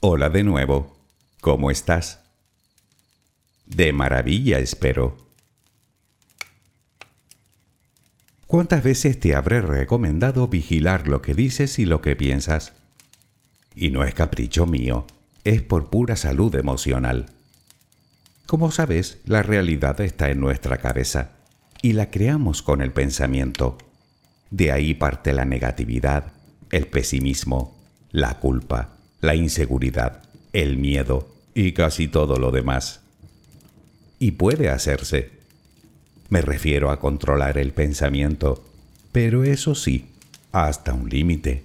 Hola de nuevo. ¿Cómo estás? De maravilla, espero. ¿Cuántas veces te habré recomendado vigilar lo que dices y lo que piensas? Y no es capricho mío, es por pura salud emocional. Como sabes, la realidad está en nuestra cabeza y la creamos con el pensamiento. De ahí parte la negatividad, el pesimismo, la culpa, la inseguridad, el miedo y casi todo lo demás. Y puede hacerse. Me refiero a controlar el pensamiento, pero eso sí, hasta un límite.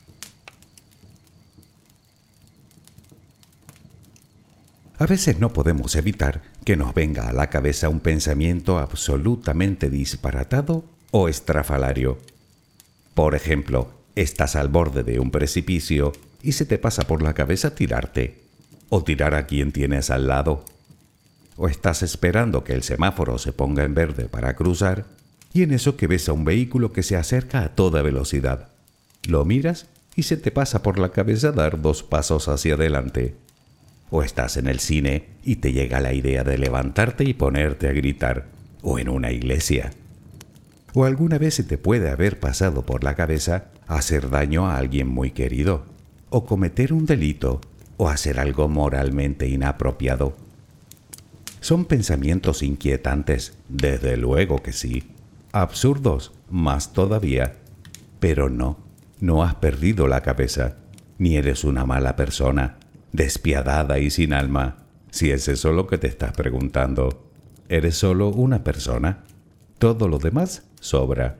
A veces no podemos evitar que nos venga a la cabeza un pensamiento absolutamente disparatado o estrafalario. Por ejemplo, estás al borde de un precipicio y se te pasa por la cabeza tirarte, o tirar a quien tienes al lado. O estás esperando que el semáforo se ponga en verde para cruzar y en eso que ves a un vehículo que se acerca a toda velocidad. Lo miras y se te pasa por la cabeza dar 2 pasos hacia adelante. O estás en el cine y te llega la idea de levantarte y ponerte a gritar, o en una iglesia. O alguna vez se te puede haber pasado por la cabeza hacer daño a alguien muy querido, o cometer un delito, o hacer algo moralmente inapropiado. Son pensamientos inquietantes, desde luego que sí. Absurdos, más todavía. Pero no has perdido la cabeza, ni eres una mala persona, despiadada y sin alma, si es eso lo que te estás preguntando. Eres solo una persona. Todo lo demás sobra.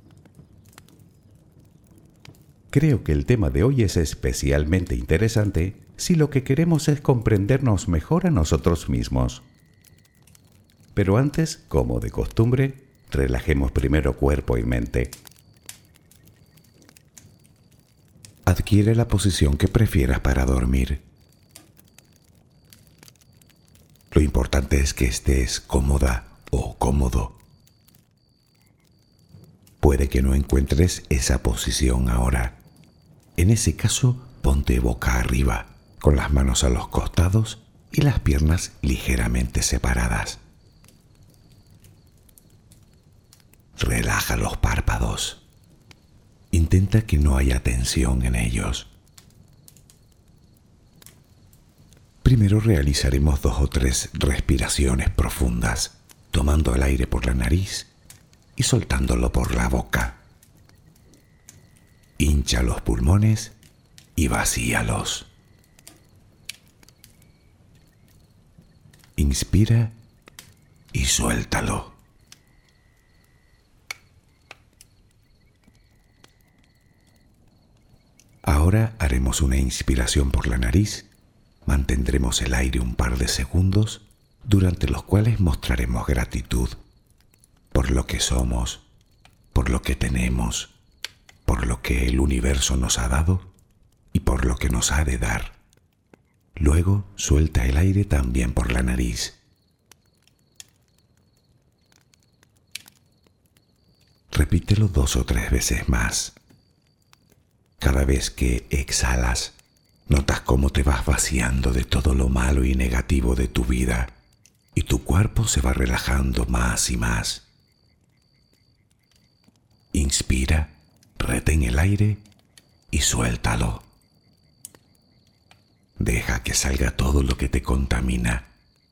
Creo que el tema de hoy es especialmente interesante si lo que queremos es comprendernos mejor a nosotros mismos. Pero antes, como de costumbre, relajemos primero cuerpo y mente. Adquiere la posición que prefieras para dormir. Lo importante es que estés cómoda o cómodo. Puede que no encuentres esa posición ahora. En ese caso, ponte boca arriba, con las manos a los costados y las piernas ligeramente separadas. Relaja los párpados. Intenta que no haya tensión en ellos. Primero realizaremos 2 o 3 respiraciones profundas, tomando el aire por la nariz y soltándolo por la boca. Hincha los pulmones y vacíalos. Inspira y suéltalo. Ahora haremos una inspiración por la nariz. Mantendremos el aire un par de segundos, durante los cuales mostraremos gratitud por lo que somos, por lo que tenemos, por lo que el universo nos ha dado y por lo que nos ha de dar. Luego suelta el aire también por la nariz. Repítelo 2 o 3 veces más. Cada vez que exhalas, notas cómo te vas vaciando de todo lo malo y negativo de tu vida y tu cuerpo se va relajando más y más. Inspira, retén el aire y suéltalo. Deja que salga todo lo que te contamina.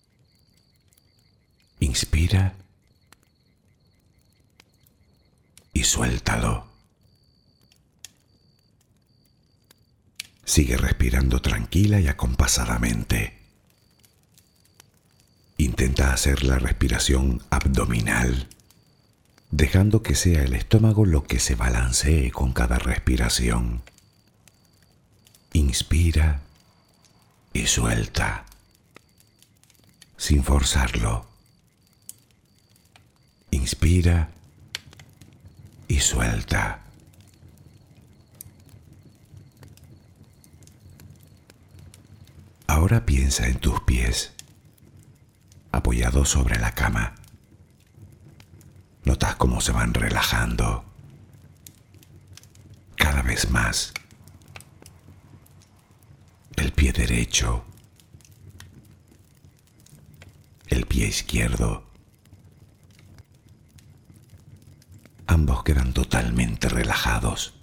Inspira y suéltalo. Sigue respirando tranquila y acompasadamente. Intenta hacer la respiración abdominal, dejando que sea el estómago lo que se balancee con cada respiración. Inspira y suelta, sin forzarlo. Inspira y suelta. Ahora piensa en tus pies, apoyados sobre la cama. Notas cómo se van relajando cada vez más. El el pie derecho, el pie izquierdo. Ambos quedan totalmente relajados.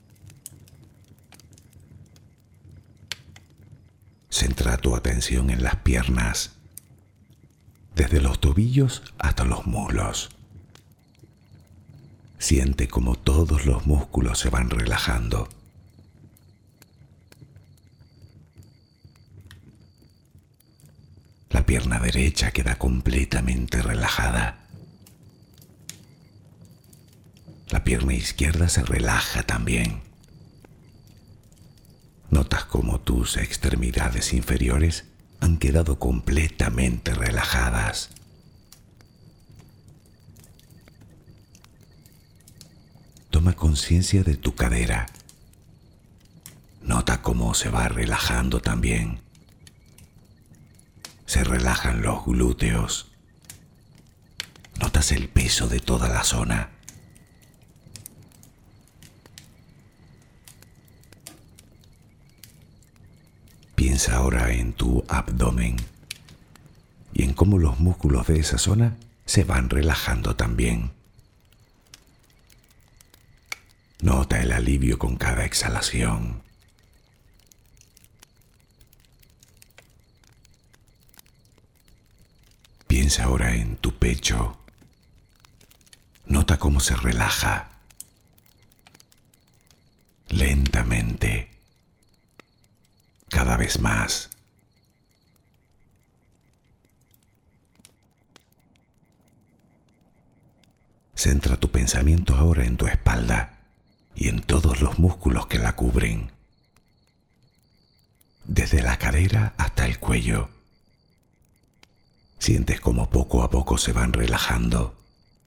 Centra tu atención en las piernas, desde los tobillos hasta los muslos. Siente cómo todos los músculos se van relajando. La pierna derecha queda completamente relajada. La pierna izquierda se relaja también. Notas cómo tus extremidades inferiores han quedado completamente relajadas. Toma conciencia de tu cadera. Nota cómo se va relajando también. Se relajan los glúteos. Notas el peso de toda la zona. Piensa ahora en tu abdomen y en cómo los músculos de esa zona se van relajando también. Nota el alivio con cada exhalación. Piensa ahora en tu pecho. Nota cómo se relaja. Lentamente. Cada vez más. Centra tu pensamiento ahora en tu espalda y en todos los músculos que la cubren, desde la cadera hasta el cuello. Sientes cómo poco a poco se van relajando.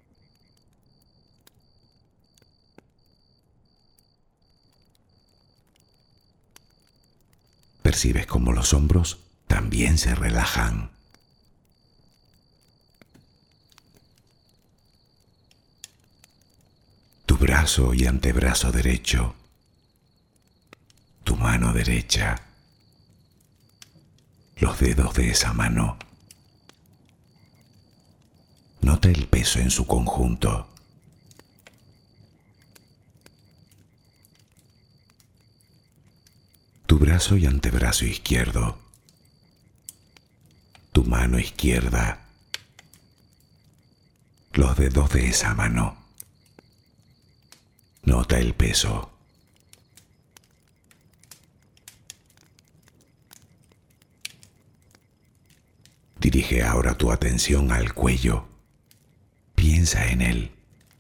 Percibes cómo los hombros también se relajan. Tu brazo y antebrazo derecho, tu mano derecha, los dedos de esa mano. Nota el peso en su conjunto. Tu brazo y antebrazo izquierdo, tu mano izquierda, los dedos de esa mano. Nota el peso. Dirige ahora tu atención al cuello. Piensa en él.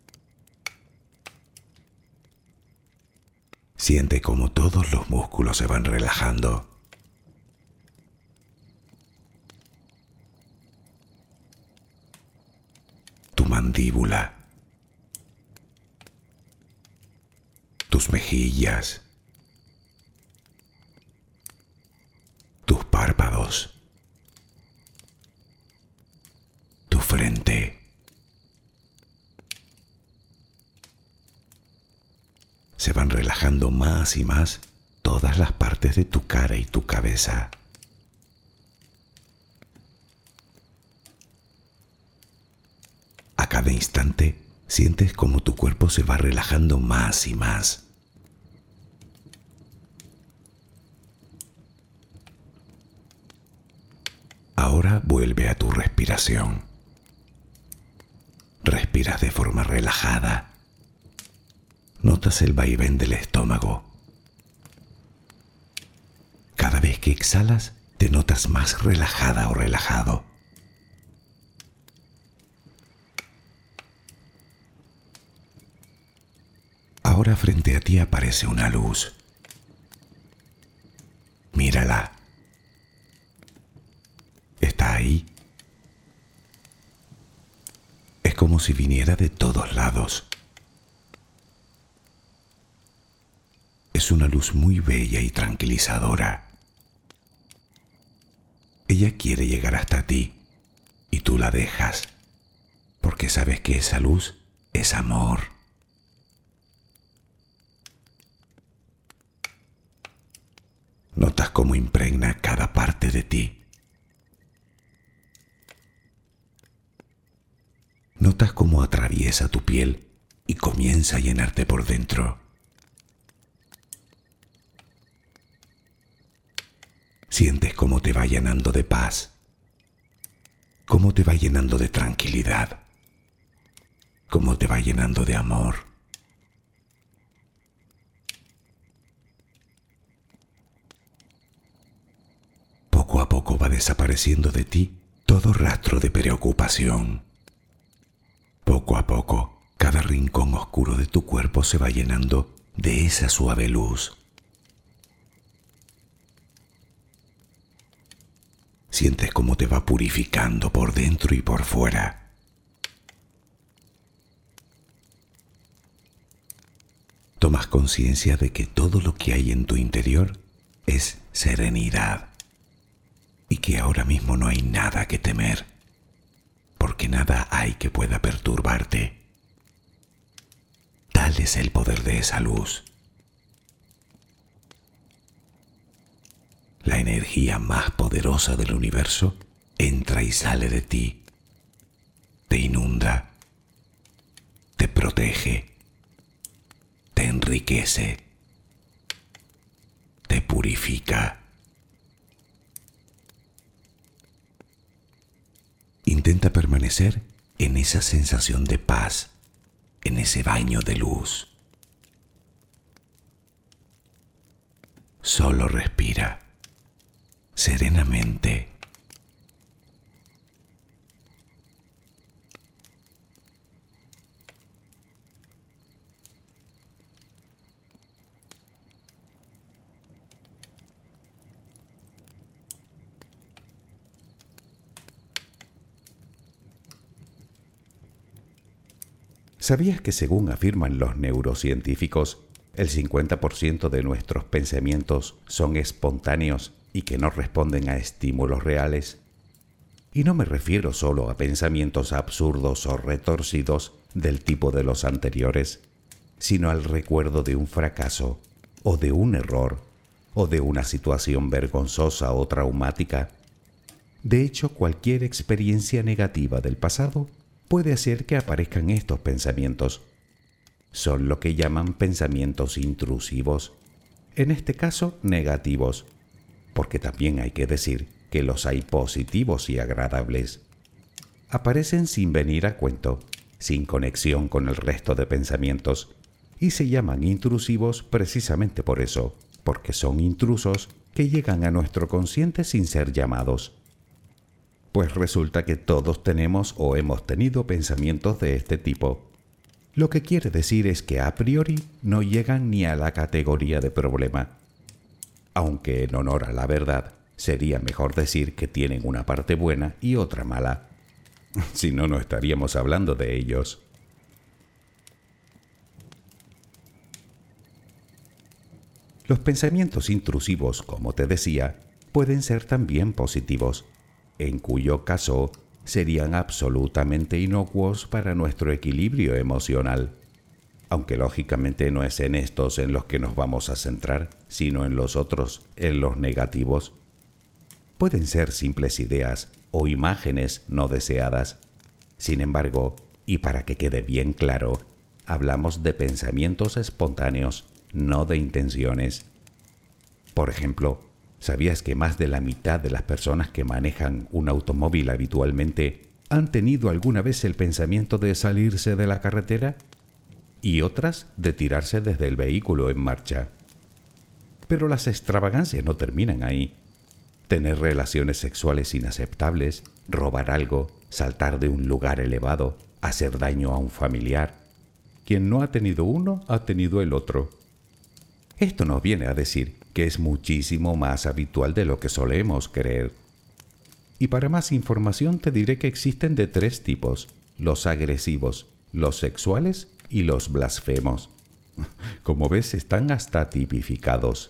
Siente cómo todos los músculos se van relajando. Tu mandíbula. Tus mejillas. Tus párpados. Tu frente. Se van relajando más y más todas las partes de tu cara y tu cabeza. A cada instante sientes como tu cuerpo se va relajando más y más. Ahora vuelve a tu respiración. Respiras de forma relajada. Notas el vaivén del estómago. Cada vez que exhalas, te notas más relajada o relajado. Ahora frente a ti aparece una luz. Mírala. Está ahí. Es como si viniera de todos lados. Es una luz muy bella y tranquilizadora. Ella quiere llegar hasta ti y tú la dejas, porque sabes que esa luz es amor. Notas cómo impregna cada parte de ti. Notas cómo atraviesa tu piel y comienza a llenarte por dentro. Sientes cómo te va llenando de paz, cómo te va llenando de tranquilidad, cómo te va llenando de amor. Poco a poco va desapareciendo de ti todo rastro de preocupación. Poco a poco, cada rincón oscuro de tu cuerpo se va llenando de esa suave luz. Sientes cómo te va purificando por dentro y por fuera. Tomas conciencia de que todo lo que hay en tu interior es serenidad y que ahora mismo no hay nada que temer, porque nada hay que pueda perturbarte. Tal es el poder de esa luz. La energía más poderosa del universo entra y sale de ti, te inunda, te protege, te enriquece, te purifica. Intenta permanecer en esa sensación de paz, en ese baño de luz. Solo respira serenamente. ¿Sabías que según afirman los neurocientíficos, el 50% de nuestros pensamientos son espontáneos y que no responden a estímulos reales? Y no me refiero solo a pensamientos absurdos o retorcidos del tipo de los anteriores, sino al recuerdo de un fracaso, o de un error, o de una situación vergonzosa o traumática. De hecho, cualquier experiencia negativa del pasado puede hacer que aparezcan estos pensamientos. Son lo que llaman pensamientos intrusivos, en este caso negativos, porque también hay que decir que los hay positivos y agradables. Aparecen sin venir a cuento, sin conexión con el resto de pensamientos, y se llaman intrusivos precisamente por eso, porque son intrusos que llegan a nuestro consciente sin ser llamados. Pues resulta que todos tenemos o hemos tenido pensamientos de este tipo. Lo que quiere decir es que a priori no llegan ni a la categoría de problema. Aunque en honor a la verdad, sería mejor decir que tienen una parte buena y otra mala. Si no, no estaríamos hablando de ellos. Los pensamientos intrusivos, como te decía, pueden ser también positivos, en cuyo caso serían absolutamente inocuos para nuestro equilibrio emocional, aunque lógicamente no es en estos en los que nos vamos a centrar, sino en los otros, en los negativos. Pueden ser simples ideas o imágenes no deseadas. Sin embargo, y para que quede bien claro, hablamos de pensamientos espontáneos, no de intenciones. Por ejemplo, ¿sabías que más de la mitad de las personas que manejan un automóvil habitualmente han tenido alguna vez el pensamiento de salirse de la carretera? Y otras de tirarse desde el vehículo en marcha. Pero las extravagancias no terminan ahí. Tener relaciones sexuales inaceptables, robar algo, saltar de un lugar elevado, hacer daño a un familiar. Quien no ha tenido uno, ha tenido el otro. Esto nos viene a decir que es muchísimo más habitual de lo que solemos creer. Y para más información te diré que existen de 3 tipos: los agresivos, los sexuales y los blasfemos. Como ves, están hasta tipificados.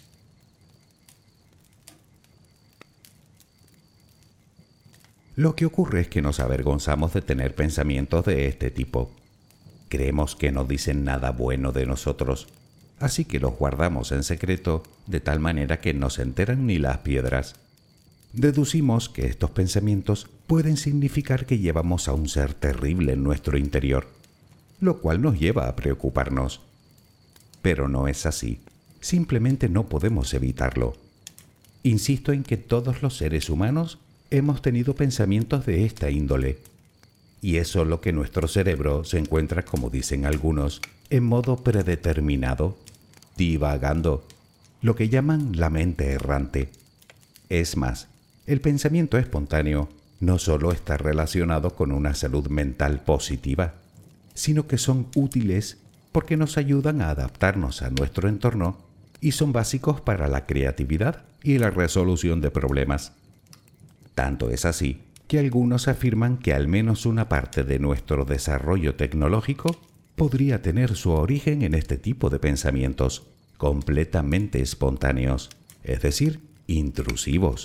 Lo que ocurre es que nos avergonzamos de tener pensamientos de este tipo. Creemos que no dicen nada bueno de nosotros, así que los guardamos en secreto de tal manera que no se enteran ni las piedras. Deducimos que estos pensamientos pueden significar que llevamos a un ser terrible en nuestro interior, lo cual nos lleva a preocuparnos. Pero no es así, simplemente no podemos evitarlo. Insisto en que todos los seres humanos hemos tenido pensamientos de esta índole, y es solo que nuestro cerebro se encuentra, como dicen algunos, en modo predeterminado, divagando, lo que llaman la mente errante. Es más, el pensamiento espontáneo no solo está relacionado con una salud mental positiva, sino que son útiles porque nos ayudan a adaptarnos a nuestro entorno y son básicos para la creatividad y la resolución de problemas. Tanto es así que algunos afirman que al menos una parte de nuestro desarrollo tecnológico podría tener su origen en este tipo de pensamientos completamente espontáneos, es decir, intrusivos.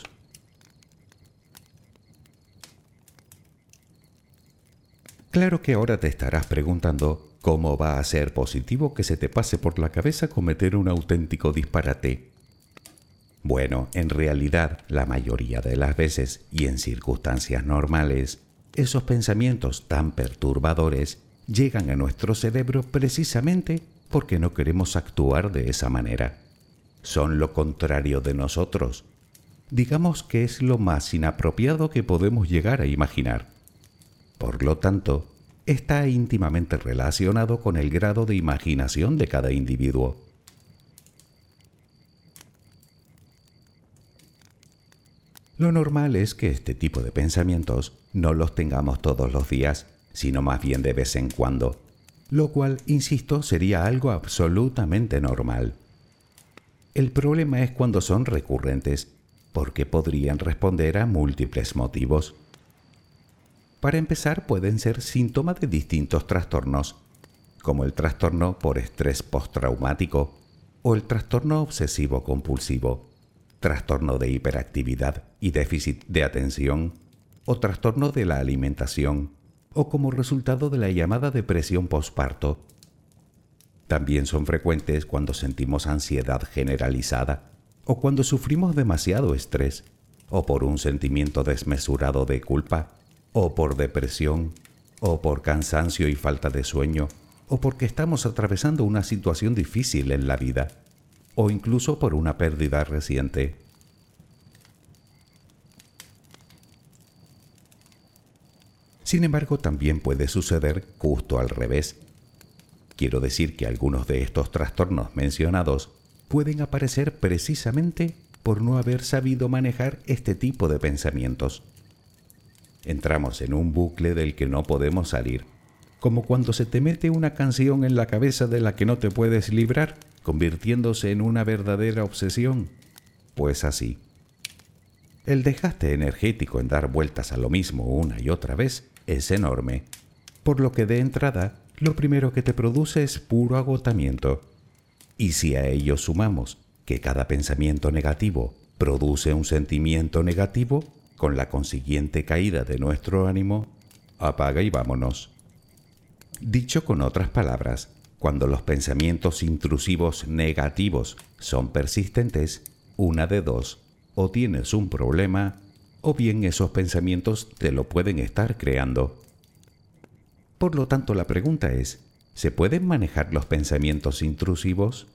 Claro que ahora te estarás preguntando cómo va a ser positivo que se te pase por la cabeza cometer un auténtico disparate. Bueno, en realidad, la mayoría de las veces y en circunstancias normales, esos pensamientos tan perturbadores llegan a nuestro cerebro precisamente porque no queremos actuar de esa manera. Son lo contrario de nosotros. Digamos que es lo más inapropiado que podemos llegar a imaginar. Por lo tanto, está íntimamente relacionado con el grado de imaginación de cada individuo. Lo normal es que este tipo de pensamientos no los tengamos todos los días, sino más bien de vez en cuando, lo cual, insisto, sería algo absolutamente normal. El problema es cuando son recurrentes, porque podrían responder a múltiples motivos. Para empezar, pueden ser síntomas de distintos trastornos, como el trastorno por estrés postraumático o el trastorno obsesivo-compulsivo, trastorno de hiperactividad y déficit de atención, o trastorno de la alimentación, o como resultado de la llamada depresión posparto. También son frecuentes cuando sentimos ansiedad generalizada, o cuando sufrimos demasiado estrés, o por un sentimiento desmesurado de culpa, o por depresión, o por cansancio y falta de sueño, o porque estamos atravesando una situación difícil en la vida, o incluso por una pérdida reciente. Sin embargo, también puede suceder justo al revés. Quiero decir que algunos de estos trastornos mencionados pueden aparecer precisamente por no haber sabido manejar este tipo de pensamientos. Entramos en un bucle del que no podemos salir, como cuando se te mete una canción en la cabeza de la que no te puedes librar, convirtiéndose en una verdadera obsesión. Pues así. El desgaste energético en dar vueltas a lo mismo una y otra vez es enorme, por lo que de entrada lo primero que te produce es puro agotamiento. Y si a ello sumamos que cada pensamiento negativo produce un sentimiento negativo, con la consiguiente caída de nuestro ánimo, apaga y vámonos. Dicho con otras palabras, cuando los pensamientos intrusivos negativos son persistentes, una de dos, o tienes un problema, o bien esos pensamientos te lo pueden estar creando. Por lo tanto, la pregunta es, ¿se pueden manejar los pensamientos intrusivos?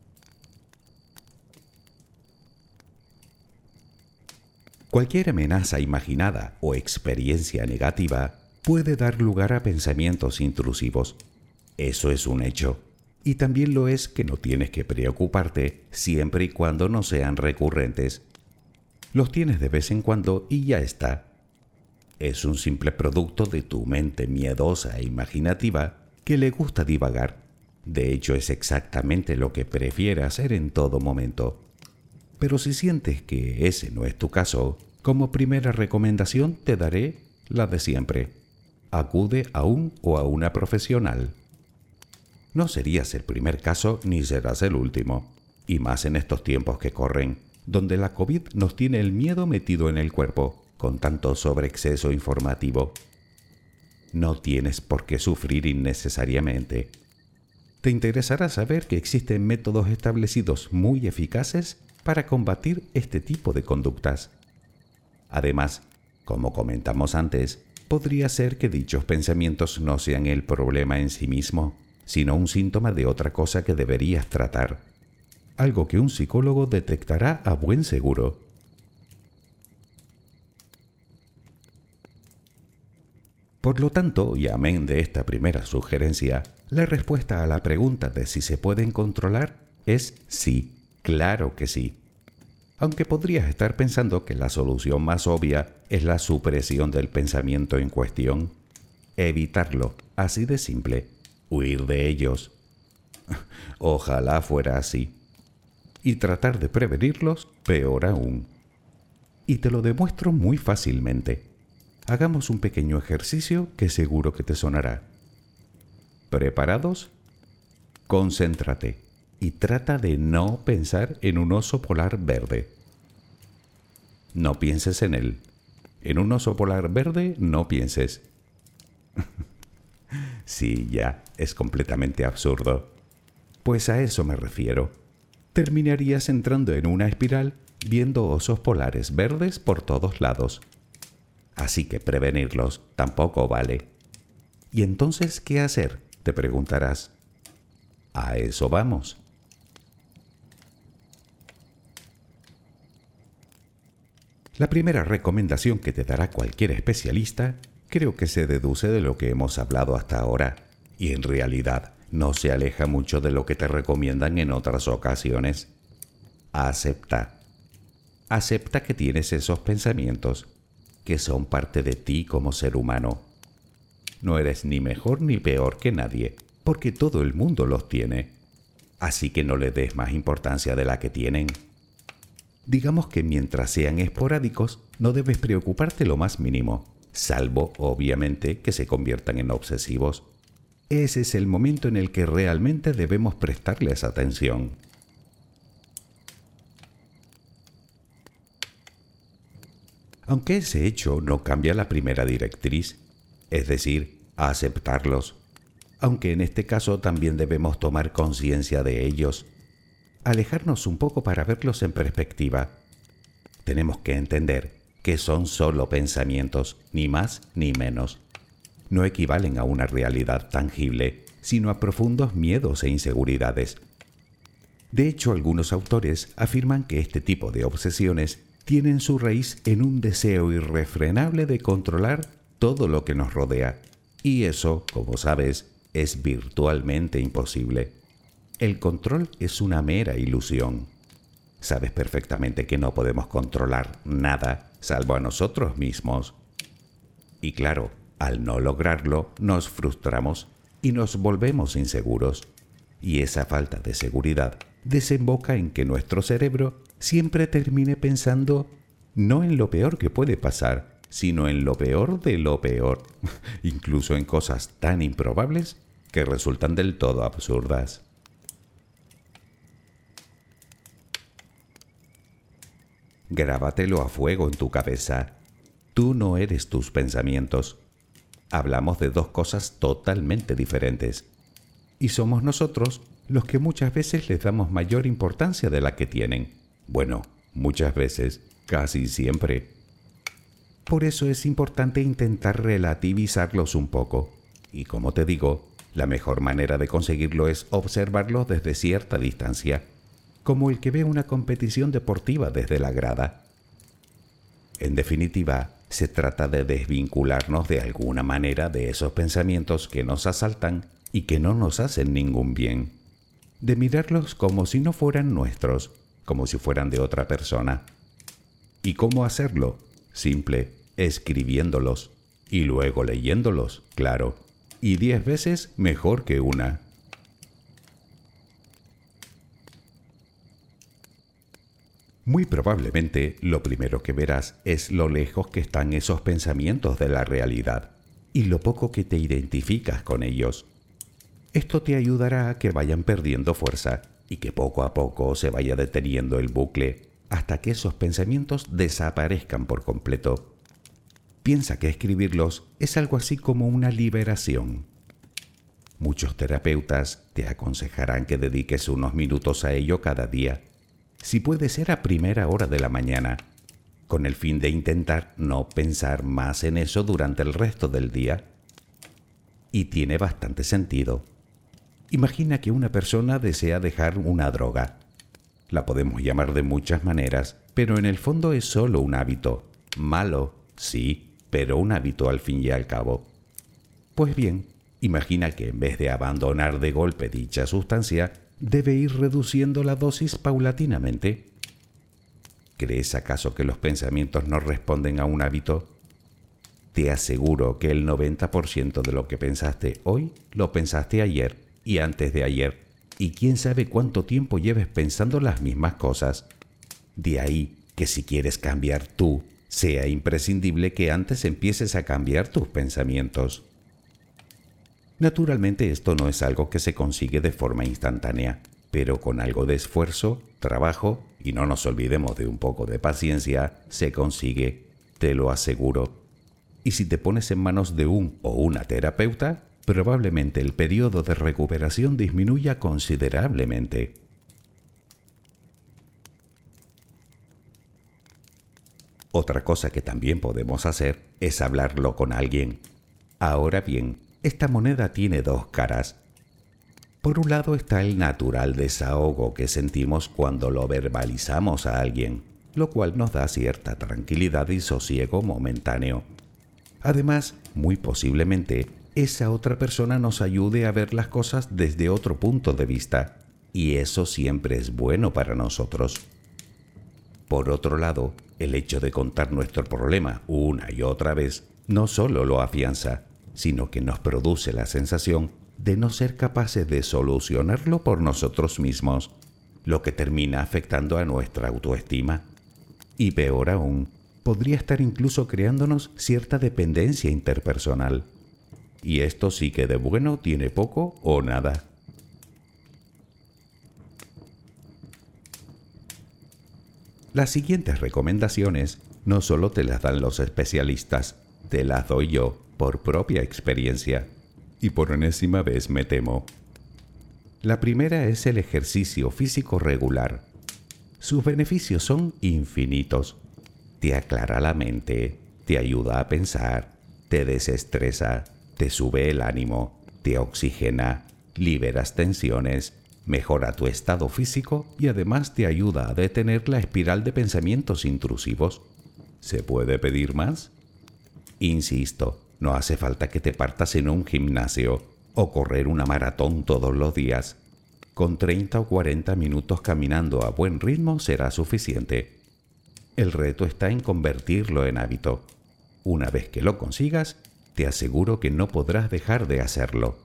Cualquier amenaza imaginada o experiencia negativa puede dar lugar a pensamientos intrusivos. Eso es un hecho. Y también lo es que no tienes que preocuparte siempre y cuando no sean recurrentes. Los tienes de vez en cuando y ya está. Es un simple producto de tu mente miedosa e imaginativa que le gusta divagar. De hecho, es exactamente lo que prefiere hacer en todo momento. Pero si sientes que ese no es tu caso, como primera recomendación te daré la de siempre. Acude a un o a una profesional. No serías el primer caso ni serás el último, y más en estos tiempos que corren, donde la COVID nos tiene el miedo metido en el cuerpo, con tanto sobreexceso informativo. No tienes por qué sufrir innecesariamente. te interesará saber que existen métodos establecidos muy eficaces para combatir este tipo de conductas. Además, como comentamos antes, podría ser que dichos pensamientos no sean el problema en sí mismo, sino un síntoma de otra cosa que deberías tratar, algo que un psicólogo detectará a buen seguro. Por lo tanto, y amén de esta primera sugerencia, la respuesta a la pregunta de si se pueden controlar es sí, claro que sí. Aunque podrías estar pensando que la solución más obvia es la supresión del pensamiento en cuestión. Evitarlo, así de simple. Huir de ellos. Ojalá fuera así. Y tratar de prevenirlos, peor aún. Y te lo demuestro muy fácilmente. Hagamos un pequeño ejercicio que seguro que te sonará. ¿Preparados? Concéntrate y trata de no pensar en un oso polar verde. No pienses en él. En un oso polar verde no pienses. Sí, ya, es completamente absurdo. Pues a eso me refiero. Terminarías entrando en una espiral viendo osos polares verdes por todos lados. Así que prevenirlos tampoco vale. ¿Y entonces qué hacer?, te preguntarás. A eso vamos. La primera recomendación que te dará cualquier especialista creo que se deduce de lo que hemos hablado hasta ahora y en realidad no se aleja mucho de lo que te recomiendan en otras ocasiones. Acepta. Acepta que tienes esos pensamientos, que son parte de ti como ser humano. No eres ni mejor ni peor que nadie, porque todo el mundo los tiene. Así que no le des más importancia de la que tienen. Digamos que mientras sean esporádicos, no debes preocuparte lo más mínimo, salvo, obviamente, que se conviertan en obsesivos. Ese es el momento en el que realmente debemos prestarles atención. Aunque ese hecho no cambia la primera directriz, es decir, a aceptarlos, aunque en este caso también debemos tomar conciencia de ellos, alejarnos un poco para verlos en perspectiva. Tenemos que entender que son solo pensamientos, ni más ni menos. No equivalen a una realidad tangible, sino a profundos miedos e inseguridades. De hecho, algunos autores afirman que este tipo de obsesiones tienen su raíz en un deseo irrefrenable de controlar todo lo que nos rodea. Y eso, como sabes, es virtualmente imposible. El control es una mera ilusión. Sabes perfectamente que no podemos controlar nada, salvo a nosotros mismos. Y claro, al no lograrlo, nos frustramos y nos volvemos inseguros. Y esa falta de seguridad desemboca en que nuestro cerebro siempre termine pensando no en lo peor que puede pasar, sino en lo peor de lo peor, incluso en cosas tan improbables que resultan del todo absurdas. Grábatelo a fuego en tu cabeza. Tú no eres tus pensamientos. Hablamos de dos cosas totalmente diferentes. Y somos nosotros los que muchas veces les damos mayor importancia de la que tienen. Bueno, muchas veces, casi siempre. Por eso es importante intentar relativizarlos un poco. Y como te digo, la mejor manera de conseguirlo es observarlos desde cierta distancia, como el que ve una competición deportiva desde la grada. En definitiva, se trata de desvincularnos de alguna manera de esos pensamientos que nos asaltan y que no nos hacen ningún bien. De mirarlos como si no fueran nuestros, como si fueran de otra persona. ¿Y cómo hacerlo? Simple, escribiéndolos y luego leyéndolos, claro, y 10 veces mejor que una. Muy probablemente lo primero que verás es lo lejos que están esos pensamientos de la realidad y lo poco que te identificas con ellos. Esto te ayudará a que vayan perdiendo fuerza y que poco a poco se vaya deteniendo el bucle hasta que esos pensamientos desaparezcan por completo. Piensa que escribirlos es algo así como una liberación. Muchos terapeutas te aconsejarán que dediques unos minutos a ello cada día, si puede ser a primera hora de la mañana, con el fin de intentar no pensar más en eso durante el resto del día. Y tiene bastante sentido. Imagina que una persona desea dejar una droga. La podemos llamar de muchas maneras, pero en el fondo es solo un hábito. Malo, sí, pero un hábito al fin y al cabo. Pues bien, imagina que en vez de abandonar de golpe dicha sustancia, debe ir reduciendo la dosis paulatinamente. ¿Crees acaso que los pensamientos no responden a un hábito? Te aseguro que el 90% de lo que pensaste hoy lo pensaste ayer y antes de ayer, y quién sabe cuánto tiempo lleves pensando las mismas cosas. De ahí que si quieres cambiar tú, sea imprescindible que antes empieces a cambiar tus pensamientos. Naturalmente esto no es algo que se consigue de forma instantánea, pero con algo de esfuerzo, trabajo y no nos olvidemos de un poco de paciencia, se consigue, te lo aseguro. Y si te pones en manos de un o una terapeuta, probablemente el periodo de recuperación disminuya considerablemente. Otra cosa que también podemos hacer es hablarlo con alguien. Ahora bien, esta moneda tiene dos caras. Por un lado está el natural desahogo que sentimos cuando lo verbalizamos a alguien, lo cual nos da cierta tranquilidad y sosiego momentáneo. Además, muy posiblemente, esa otra persona nos ayude a ver las cosas desde otro punto de vista, y eso siempre es bueno para nosotros. Por otro lado, el hecho de contar nuestro problema una y otra vez no solo lo afianza, sino que nos produce la sensación de no ser capaces de solucionarlo por nosotros mismos, lo que termina afectando a nuestra autoestima. Y peor aún, podría estar incluso creándonos cierta dependencia interpersonal. Y esto sí que de bueno tiene poco o nada. Las siguientes recomendaciones no solo te las dan los especialistas, te las doy yo por propia experiencia. Y por enésima vez me temo. La primera es el ejercicio físico regular. Sus beneficios son infinitos. Te aclara la mente, te ayuda a pensar, te desestresa, te sube el ánimo, te oxigena, liberas tensiones, mejora tu estado físico y además te ayuda a detener la espiral de pensamientos intrusivos. ¿Se puede pedir más? Insisto, no hace falta que te partas en un gimnasio o correr una maratón todos los días. Con 30 o 40 minutos caminando a buen ritmo será suficiente. El reto está en convertirlo en hábito. Una vez que lo consigas, te aseguro que no podrás dejar de hacerlo.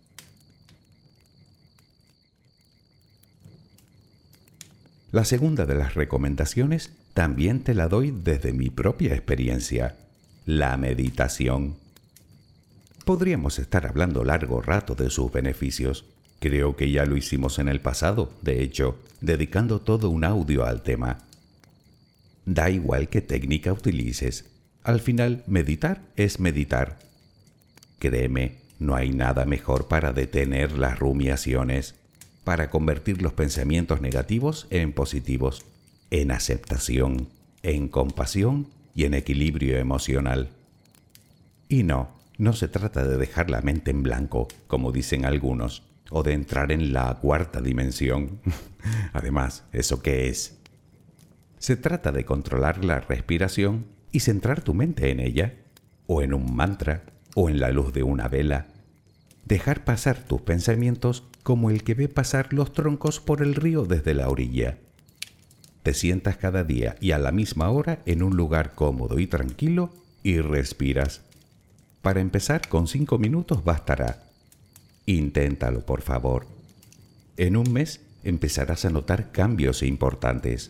La segunda de las recomendaciones también te la doy desde mi propia experiencia: la meditación. Podríamos estar hablando largo rato de sus beneficios. Creo que ya lo hicimos en el pasado, de hecho, dedicando todo un audio al tema. Da igual qué técnica utilices. Al final, meditar es meditar. Créeme, no hay nada mejor para detener las rumiaciones, para convertir los pensamientos negativos en positivos, en aceptación, en compasión y en equilibrio emocional. Y no se trata de dejar la mente en blanco, como dicen algunos, o de entrar en la cuarta dimensión. Además, ¿eso qué es? Se trata de controlar la respiración y centrar tu mente en ella, o en un mantra, o en la luz de una vela. Dejar pasar tus pensamientos como el que ve pasar los troncos por el río desde la orilla. Te sientas cada día y a la misma hora en un lugar cómodo y tranquilo y respiras. Para empezar, con 5 minutos bastará. Inténtalo, por favor. En un mes empezarás a notar cambios importantes.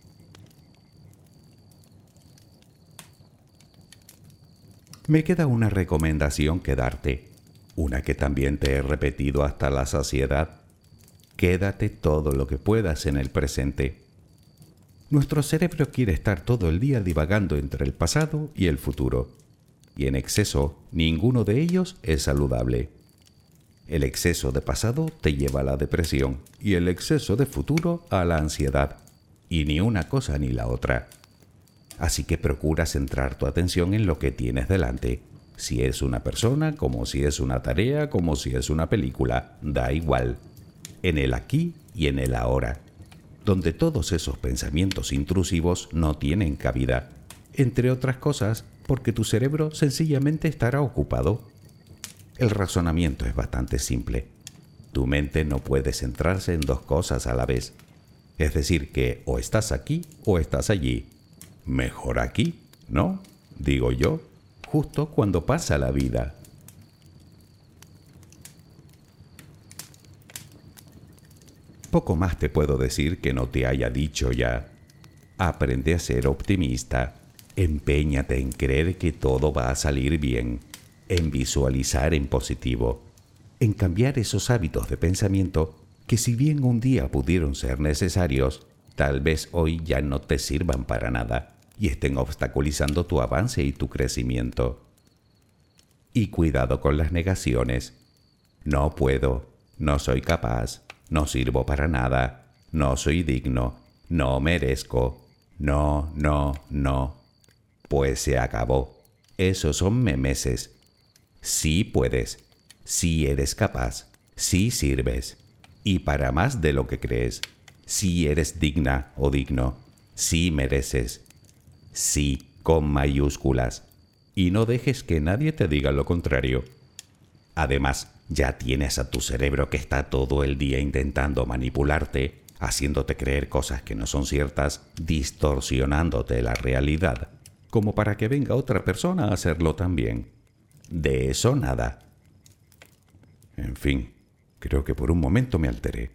Me queda una recomendación que darte, una que también te he repetido hasta la saciedad. Quédate todo lo que puedas en el presente. Nuestro cerebro quiere estar todo el día divagando entre el pasado y el futuro, y en exceso ninguno de ellos es saludable. El exceso de pasado te lleva a la depresión y el exceso de futuro a la ansiedad. Y ni una cosa ni la otra. Así que procura centrar tu atención en lo que tienes delante. Si es una persona, como si es una tarea, como si es una película, da igual. En el aquí y en el ahora, donde todos esos pensamientos intrusivos no tienen cabida, entre otras cosas porque tu cerebro sencillamente estará ocupado. El razonamiento es bastante simple. Tu mente no puede centrarse en dos cosas a la vez. Es decir que o estás aquí o estás allí. Mejor aquí, ¿no? Digo yo, justo cuando pasa la vida. Poco más te puedo decir que no te haya dicho ya. Aprende a ser optimista. Empeñate en creer que todo va a salir bien. En visualizar en positivo. En cambiar esos hábitos de pensamiento que si bien un día pudieron ser necesarios, tal vez hoy ya no te sirvan para nada y estén obstaculizando tu avance y tu crecimiento. Y cuidado con las negaciones. No puedo, no soy capaz, no sirvo para nada, no soy digno, no merezco, no. Pues se acabó. Esos son memeses. Sí puedes, sí eres capaz, sí sirves. Y para más de lo que crees, sí eres digna o digno, sí mereces. Sí, con mayúsculas. Y no dejes que nadie te diga lo contrario. Además, ya tienes a tu cerebro que está todo el día intentando manipularte, haciéndote creer cosas que no son ciertas, distorsionándote la realidad, como para que venga otra persona a hacerlo también. De eso nada. En fin, creo que por un momento me alteré.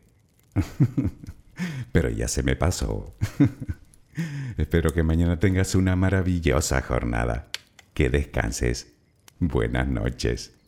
Pero ya se me pasó. Espero que mañana tengas una maravillosa jornada. Que descanses. Buenas noches.